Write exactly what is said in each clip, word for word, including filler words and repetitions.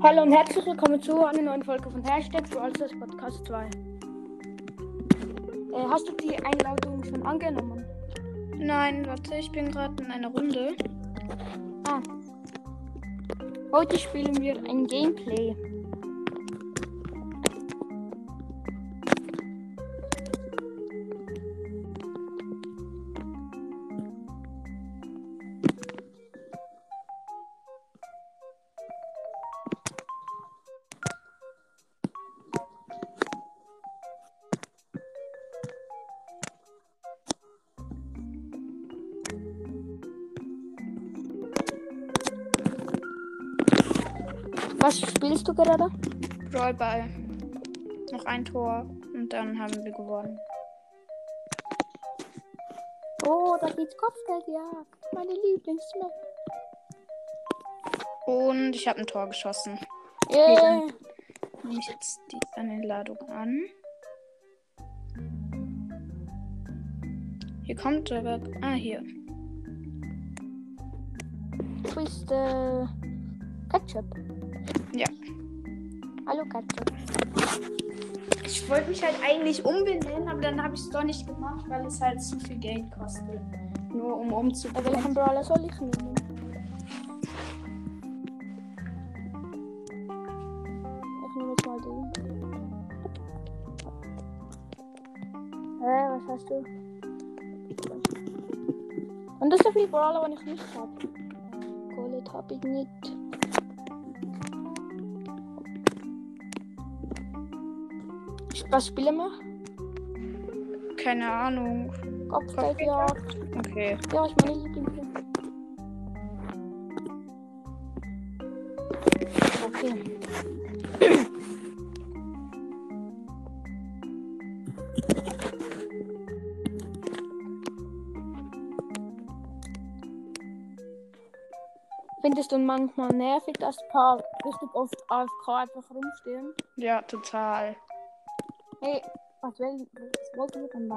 Hallo und herzlich willkommen zu einer neuen Folge von Hashtag Brawlstars Podcast zwei. Äh, hast du die Einladung schon angenommen? Nein, warte, ich bin gerade in einer Runde. Ah. Heute spielen wir ein Gameplay. Was spielst du gerade? Brawlball. Noch ein Tor und dann haben wir gewonnen. Oh, da geht's Kopfgeldjagd. Meine Lieblingsmap. Und ich habe ein Tor geschossen. Yeah. Okay, dann nehme ich jetzt die Einladung an. Hier kommt aber... Ah, hier. Du bist äh, Ketchup. Ja. Hallo Ketchup. Ich wollte mich halt eigentlich umbenennen, aber dann habe ich es doch nicht gemacht, weil es halt zu viel Geld kostet. Nur um Äh, umzubenennen. welchen Brawler soll ich nehmen? Ich nehme jetzt mal den. Hä, was hast du? Und das ist so viel Brawler, die ich nicht habe. Gold habe ich nicht. Was spielen wir? Keine Ahnung. Kopfgeldjagd. Okay. Ja, ich meine Lieblingsmap. Okay. Findest du manchmal nervig, dass ein paar richtig oft A F K einfach rumstehen? Ja, total. Hey, was will was wollt ihr denn da?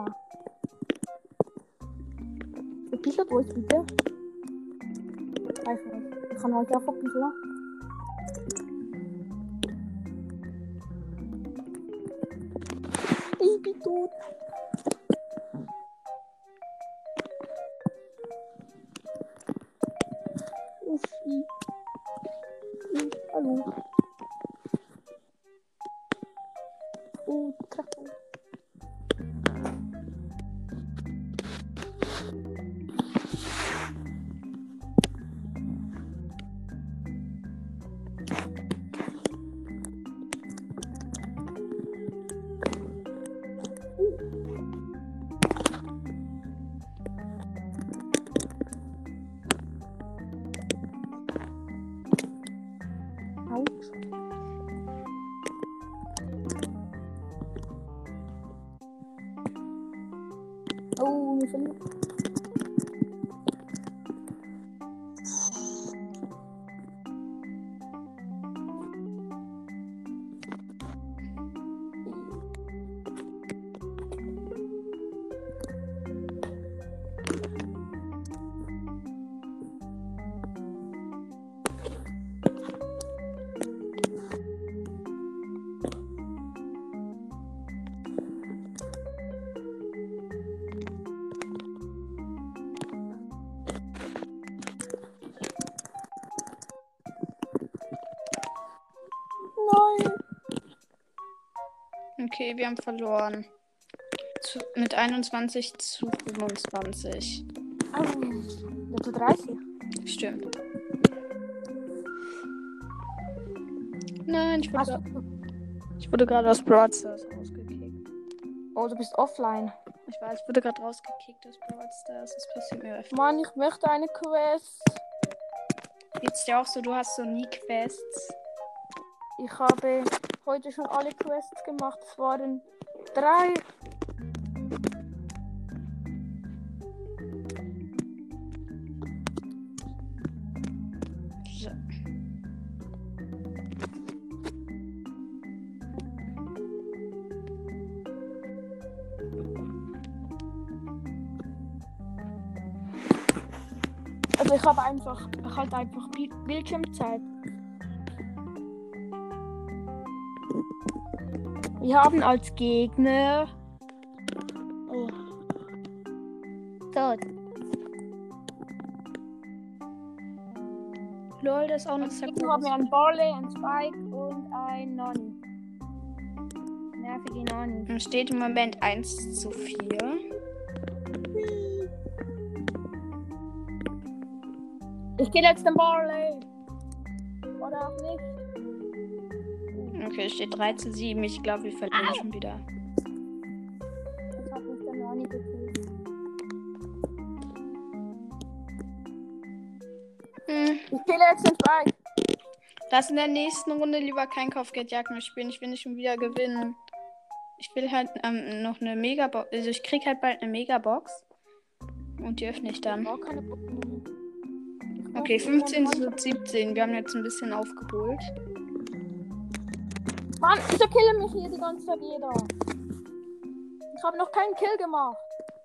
Verpisselt euch bitte. Einfach. Ich kann euch auch verpisseln. Ich bin tot. Uschi. Hm, hallo. Oh, Treffer. Autsch. Oh, wir verlieren. Nein. Okay, wir haben verloren. Zu, mit einundzwanzig zu fünfundzwanzig. Oh, der tut dreißig. Stimmt. Nein, ich Hast wurde, du... ich wurde gerade aus Brawl Stars rausgekickt. Oh, du bist offline. Ich weiß, ich wurde gerade rausgekickt aus Brawl Stars. Das passiert mir öfter. Mann, ich möchte eine Quest. Geht's dir auch so, du hast so nie Quests? Ich habe heute schon alle Quests gemacht. Es waren drei. So. Also ich habe einfach, ich halt einfach Bi- Bildschirmzeit. Wir haben als Gegner. Oh. Tot. Lol, das ist auch noch Als sehr Gegner haben wir einen Barley, einen Spike und ein Nani. Nervige Nani. Es steht im Moment eins zu vier. Ich kill jetzt den Barley. Oder auch nicht. Okay, es steht drei zu sieben. Ich glaube, wir verlieren schon wieder. Jetzt hat mich der Nani gekillt. Hm. Ich kill jetzt den Spike. Lass in der nächsten Runde lieber kein Kopfgeldjagd mehr spielen. Ich will nicht schon wieder gewinnen. Ich will halt ähm, noch eine Megabox. Also ich krieg halt bald eine Megabox. Und die öffne ich dann. Ich brauch keine Pokémon. Okay, fünfzehn zu siebzehn. Wir haben jetzt ein bisschen aufgeholt. Mann, wieso killen mich hier die ganze Zeit jeder? Ich habe noch keinen Kill gemacht.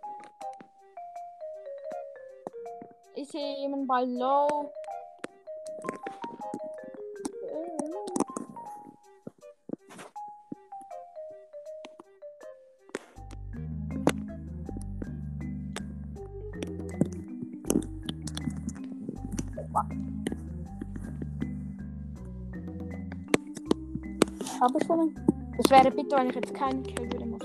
Ich sehe jemanden Ball low. Habe ich schon. Das wäre bitte, wenn ich jetzt keinen Kill würde machen.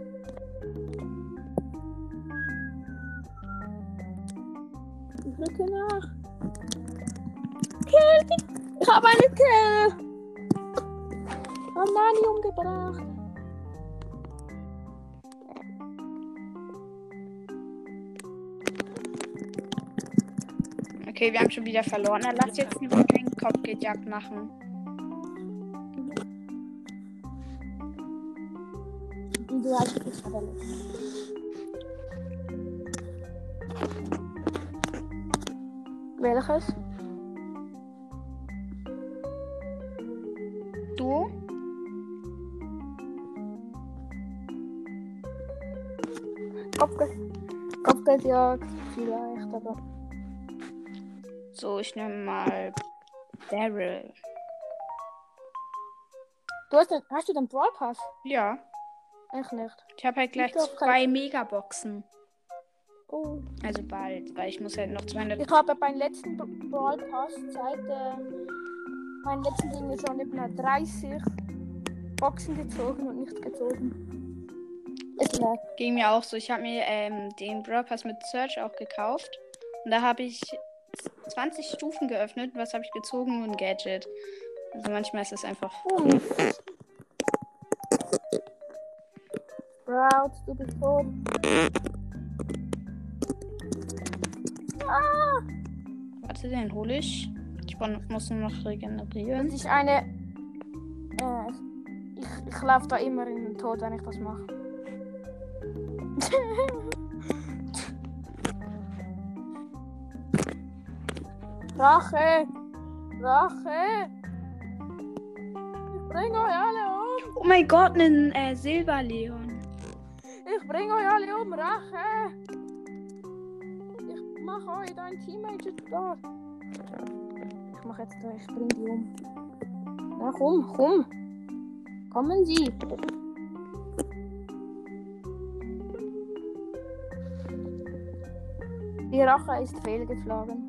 Ich drücke nach. Kill! Ich habe einen Kill! Ich habe Nani umgebracht. Okay, wir haben schon wieder verloren. Dann lass jetzt lieber keinen Kopfgeldjagd machen. Du hast es aber nicht. Welches? Du? Kopfgeld. Kopfgeldjagd. Vielleicht, aber. So, ich nehme mal Daryl. Du hast, den, hast du den Brawl Pass? Ja. Ich nicht. Ich habe halt gleich Ich glaub, zwei Megaboxen. Oh. Also bald, weil ich muss halt noch zweihundert... Ich habe beim letzten Brawl Pass seit äh, meinen letzten Dingen schon etwa dreißig Boxen gezogen und nichts gezogen. Ist leer. Ging mir auch so. Ich habe mir ähm, den Brawl Pass mit Search auch gekauft. Und da habe ich zwanzig Stufen geöffnet. Was habe ich gezogen? Nur ein Gadget. Also manchmal ist es einfach... Oh. Sprout, du bist tot. Ah! Warte, den hole ich. Ich muss nur noch regenerieren. Das ist eine. Äh, ich ich laufe da immer in den Tod, wenn ich das mache. Rache! Rache! Ich bring euch alle um! Oh mein Gott, ein äh, Silberleon. Ich bring euch alle um! Rache! Ich mach euch dein Teammate jetzt da! Ich mach jetzt da, ich bring die um. Na komm, komm! Kommen Sie! Die Rache ist fehlgeschlagen.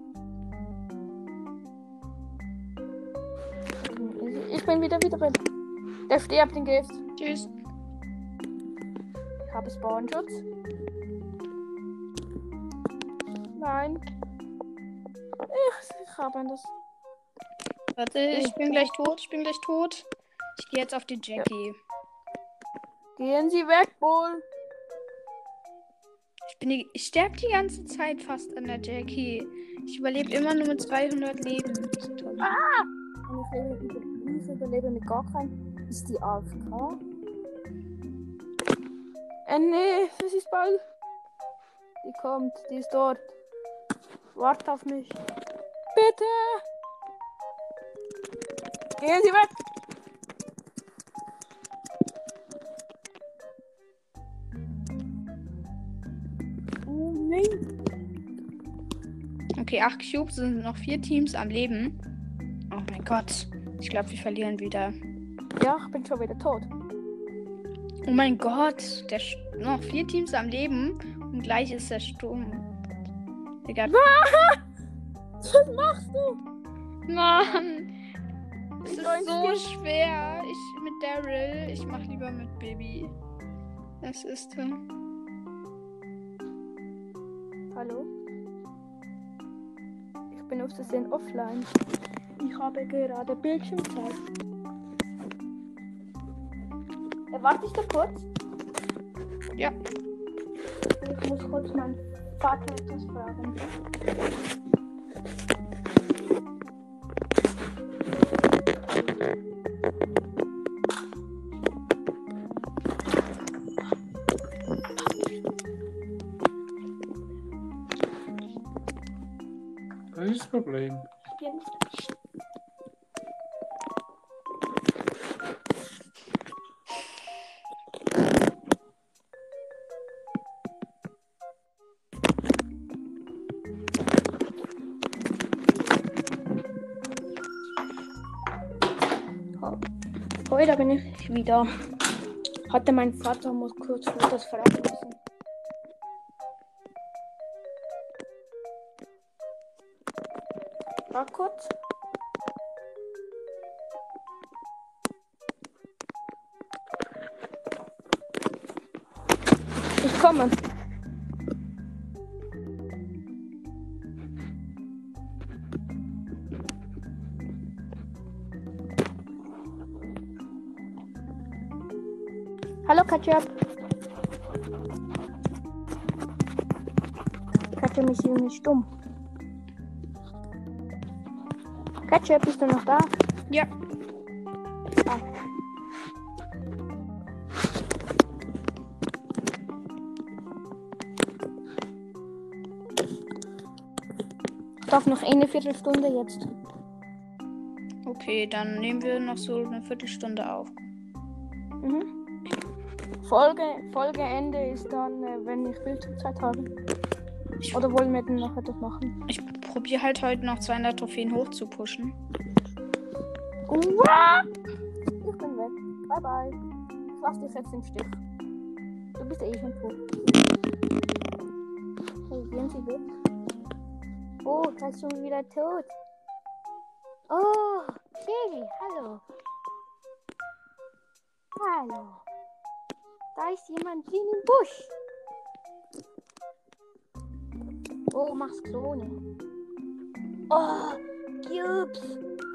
Ich bin wieder wieder drin. Der stirbt in Gift. Tschüss. Ich habe Spawnschutz. Nein. Ich, ich habe das. Warte, ich bin gleich tot. Ich bin gleich tot. Ich gehe jetzt auf die Jackie. Gehen Sie weg, Bull. Ich, bin die, ich sterbe die ganze Zeit fast an der Jackie. Ich überlebe immer nur mit zweihundert Leben. Das ist toll. Ah! Und ich, lebe, ich überlebe mit gar keinem. Ist die A F K? Äh, nee, das ist bald. Die kommt, die ist dort. Wart auf mich. Bitte! Gehen Sie weg! Oh nein! Okay, acht Cubes, sind noch vier Teams am Leben. Oh mein Gott. Ich glaube, wir verlieren wieder. Ja, ich bin schon wieder tot. Oh mein Gott, der Sch- noch vier Teams am Leben und gleich ist der Sturm. Digga. Was machst du? Mann, es Ich ist weiß so nicht. schwer. Ich mit Daryl, ich mach lieber mit Baby. Das ist äh, Hallo? Ich bin auf Versehen offline. Ich habe gerade Bildschirmzeit. Äh, warte ich da kurz? ja. Ich muss kurz meinen Vater etwas fragen. Was ist das Problem? Heute bin ich wieder. Hatte mein Vater muss kurz das fragen müssen. War kurz. Ich komme. Hallo Katja. Katja, mich hier nicht stumm. Katja, bist du noch da? Ja. Ah. Ich darf noch eine Viertelstunde jetzt. Okay, dann nehmen wir noch so eine Viertelstunde auf. Mhm. Folge, Folgeende ist dann, äh, wenn ich Bildschirmzeit habe. Oder wollen wir dann noch etwas machen? Ich probiere halt heute noch zweihundert Trophäen hochzupushen. Uah! Ich bin weg. Bye bye. Ich lass dich jetzt im Stich. Du bist eh schon tot. Hey, gehen Sie weg. Oh, da ist schon wieder tot. Oh, Shelly, hallo. Hallo. Da ist jemand drin im Busch. Oh, mach's Klone. Oh, Cubes.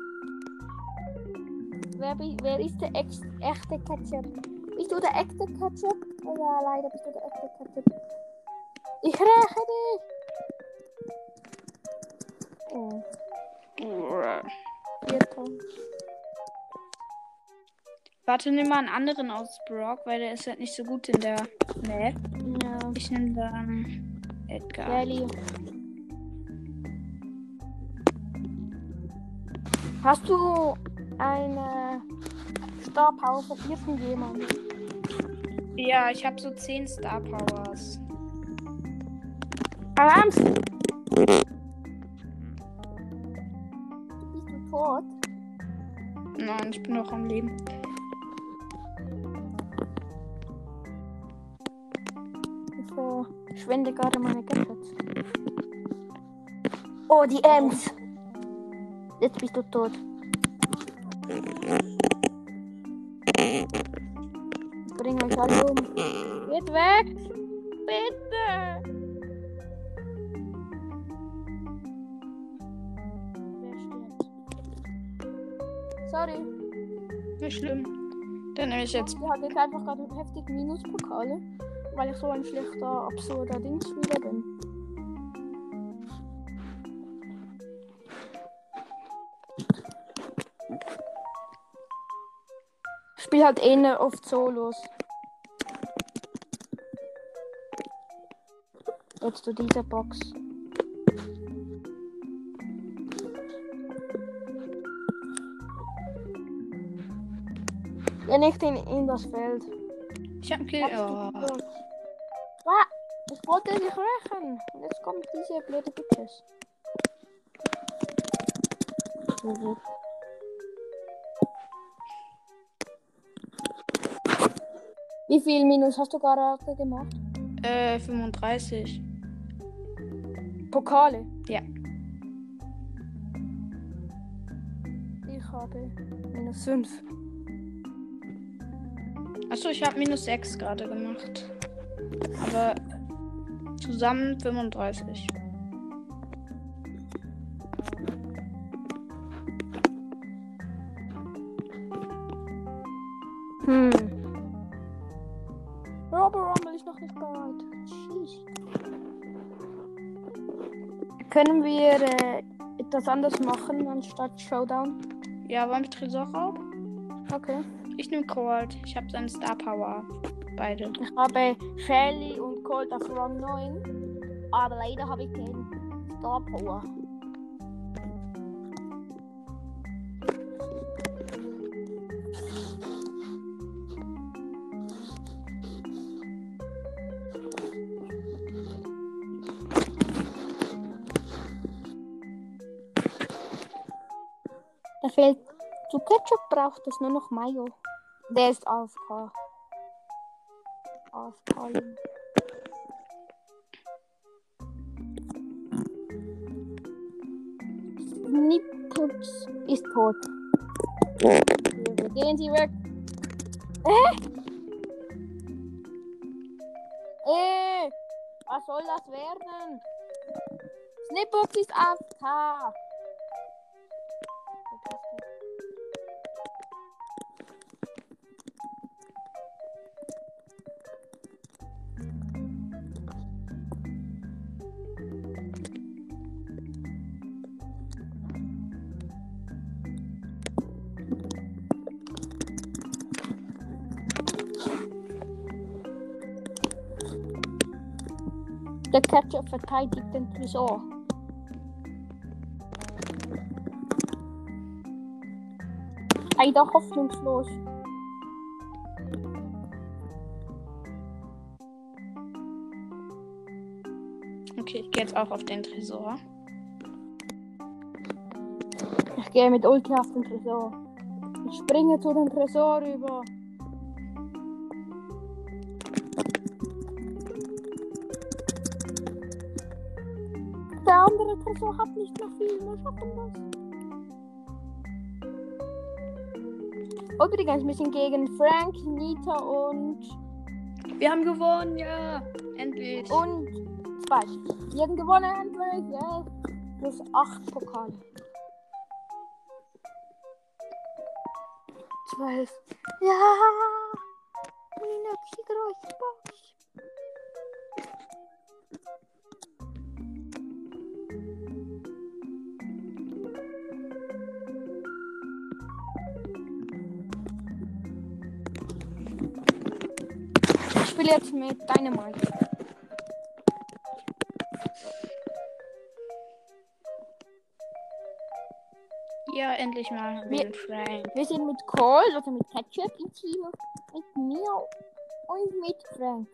Wer, bi- wer ist der ex echte Ketchup? Bist du der echte Ketchup? Oh ja, leider bist du der echte Ketchup. Ich räche dich. Oh, vierter. Warte, nimm mal einen anderen aus Brock, weil der ist halt nicht so gut in der Map. Ja, Ich nehme dann Edgar. Rally. Hast du eine Star Power für irgendjemanden? Ja, ich habe so zehn Star Powers. Alarms! Bist du tot? Nein, ich bin noch am Leben. Ich verschwende gerade meine Gadgets. Oh, die Ems! Jetzt bist du tot. Ich bringe euch alle um. Geht weg! Bitte! Wer stirbt? Sorry. Nicht schlimm. Dann nehme ich jetzt. Ich hatte jetzt einfach gerade heftig Minuspokale, weil ich so ein schlechter, absurder Dingsspieler bin. Ich spiele halt eh ne oft Solos. Jetzt zu dieser Box. Ja, nicht in, in das Feld. Ich habe einen Kill. Oh. Ah, ich wollte dich rächen. Und jetzt kommen diese blöde Bitches. Mhm. Wie viel Minus hast du gerade gemacht? Äh, fünfunddreißig. Pokale? Ja. Ich habe minus fünf. Achso, ich habe minus sechs gerade gemacht. Aber zusammen fünfunddreißig. Hm. Robber Rumble ist noch nicht bereit. Sheesh. Können wir äh, etwas anderes machen anstatt Showdown? Ja, wollen wir Tresorraub? Okay. Ich nehme Cold. Ich habe seine Star Power. Beide. Ich habe Shelly und Colt auf Rang neun. Aber leider habe ich keinen Star Power. Da fehlt zu Ketchup, braucht es nur noch Mayo. Der ist A F K. A F K. Snippets ist tot. Hier, gehen Sie weg. Äh? Äh? Was soll das werden? Snippets ist A F K. Der Ketchup verteidigt den Tresor. Leider hoffnungslos. Okay, ich gehe jetzt auch auf den Tresor. Ich gehe mit Ulti auf den Tresor. Ich springe zu dem Tresor rüber. Der andere Tresor hat nicht mehr viel. Wir schaffen das. Übrigens, wir sind gegen Frank, Nita und... Wir haben gewonnen, ja. Endlich. Und Spike. Wir haben gewonnen, endlich. Ja. Plus acht Pokale. zwölf. Ja. Meine große Box. Ich spiele jetzt mit Dynamite. Ja, endlich mal Wir- mit Frank. Wir sind mit Cole, also mit Ketchup im Team, mit mir und mit Frank.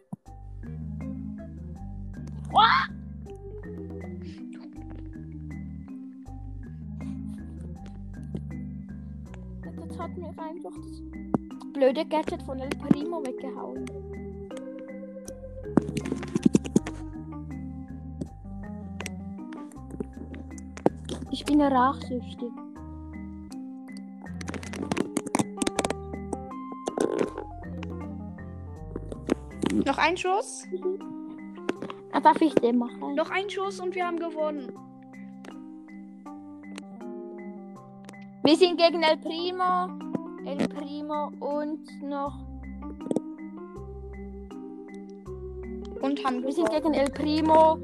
Jetzt hat mir einfach das blöde Gadget von El Primo weggehauen. Ich bin rachsüchtig. Noch ein Schuss? Ah, darf ich den machen? Noch ein Schuss und wir haben gewonnen. Wir sind gegen El Primo, El Primo und noch. Und haben Wir sind gewonnen. gegen El Primo.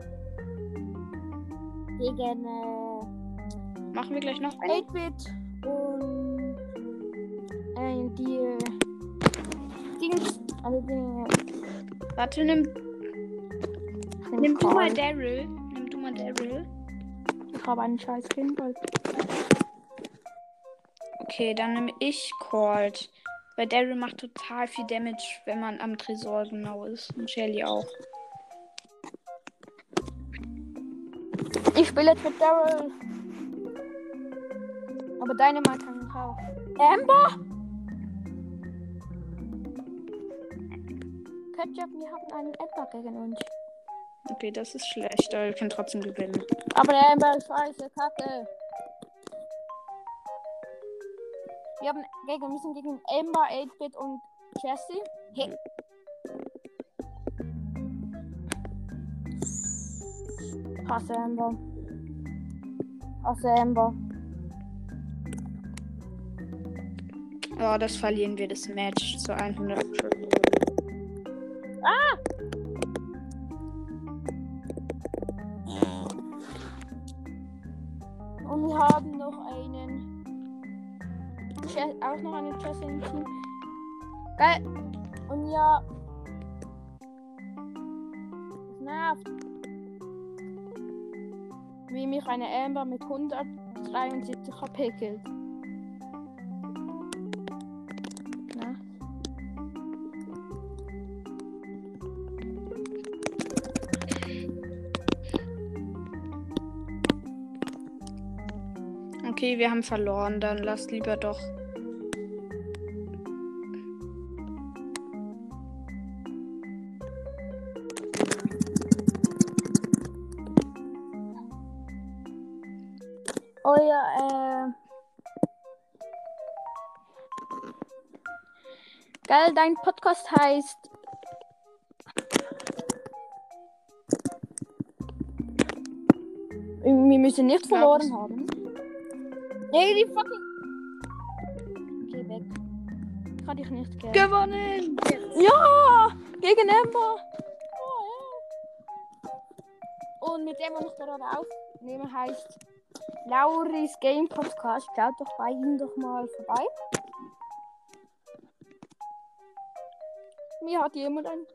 Gegen äh, Machen wir gleich noch einen? eight-Bit und äh, die äh, Dings. Also die. Warte, nimm, den nimm du Karl. mal Daryl. Nimm du mal Daryl. Ich habe einen scheiß Kind. Okay, dann nehme ich Colt. Weil Daryl macht total viel Damage, wenn man am Tresor genau ist. Und Shelly auch. Ich spiele jetzt mit Daryl. Aber deine Mal kann ich auch. Amber? Ketchup, wir haben einen Edgar gegen uns. Okay, das ist schlecht, aber wir können trotzdem gewinnen. Aber der Amber ist scheiße, kacke. Wir haben gegen, wir sind gegen Amber, acht-Bit und Jessie. Hey. Hasse Amber. Hasse Amber. Ja, das verlieren wir das Match zu hundert. Ah! Und wir haben noch einen. Chess, auch noch einen Chess im Team. Geil. Und ja. Das nervt. Wie mich eine Amber mit hundertdreiundsiebzig H P killt. Na? Okay, wir haben verloren, dann lasst lieber doch. Oh ja, äh. Geil, dein Podcast heißt. Wir müssen nicht verloren haben. Nee, die fucking. Geh weg. Ich kann dich nicht gern. Gewonnen! Ja! Gegen Amber! Oh, ja. Und mit dem, was ich gerade aufnehme, heißt Lauris Game Podcast. Schaut doch bei ihm doch mal vorbei. Mir hat jemand ein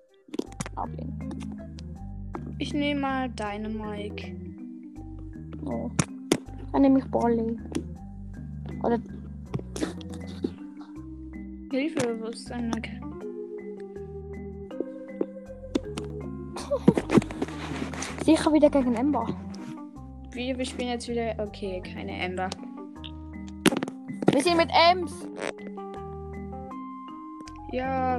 Ablehnen. Ich nehme mal deine Mike. Oh. Dann nehme ich Bolly. Oder. Hilfe, wo ist dein Nack? Sicher wieder gegen Amber. Wir, wir spielen jetzt wieder. Okay, keine Amber. Wir sind mit Ems. Ja.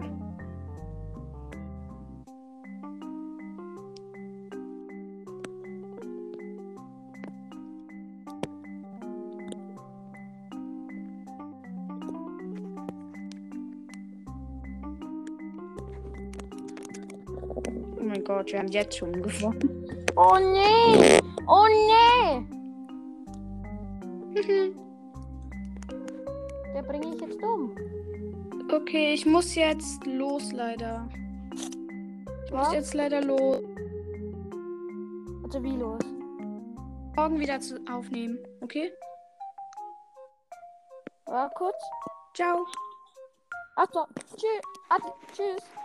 Oh mein Gott, wir haben jetzt schon gewonnen. Oh nee! Oh nee! Der bringe ich jetzt um. Okay, ich muss jetzt los, leider. Ich muss Was? jetzt leider los. Also wie los? Morgen wieder zu aufnehmen, okay? Ja, kurz. Ciao. Also, tschüss. Adi, tschüss.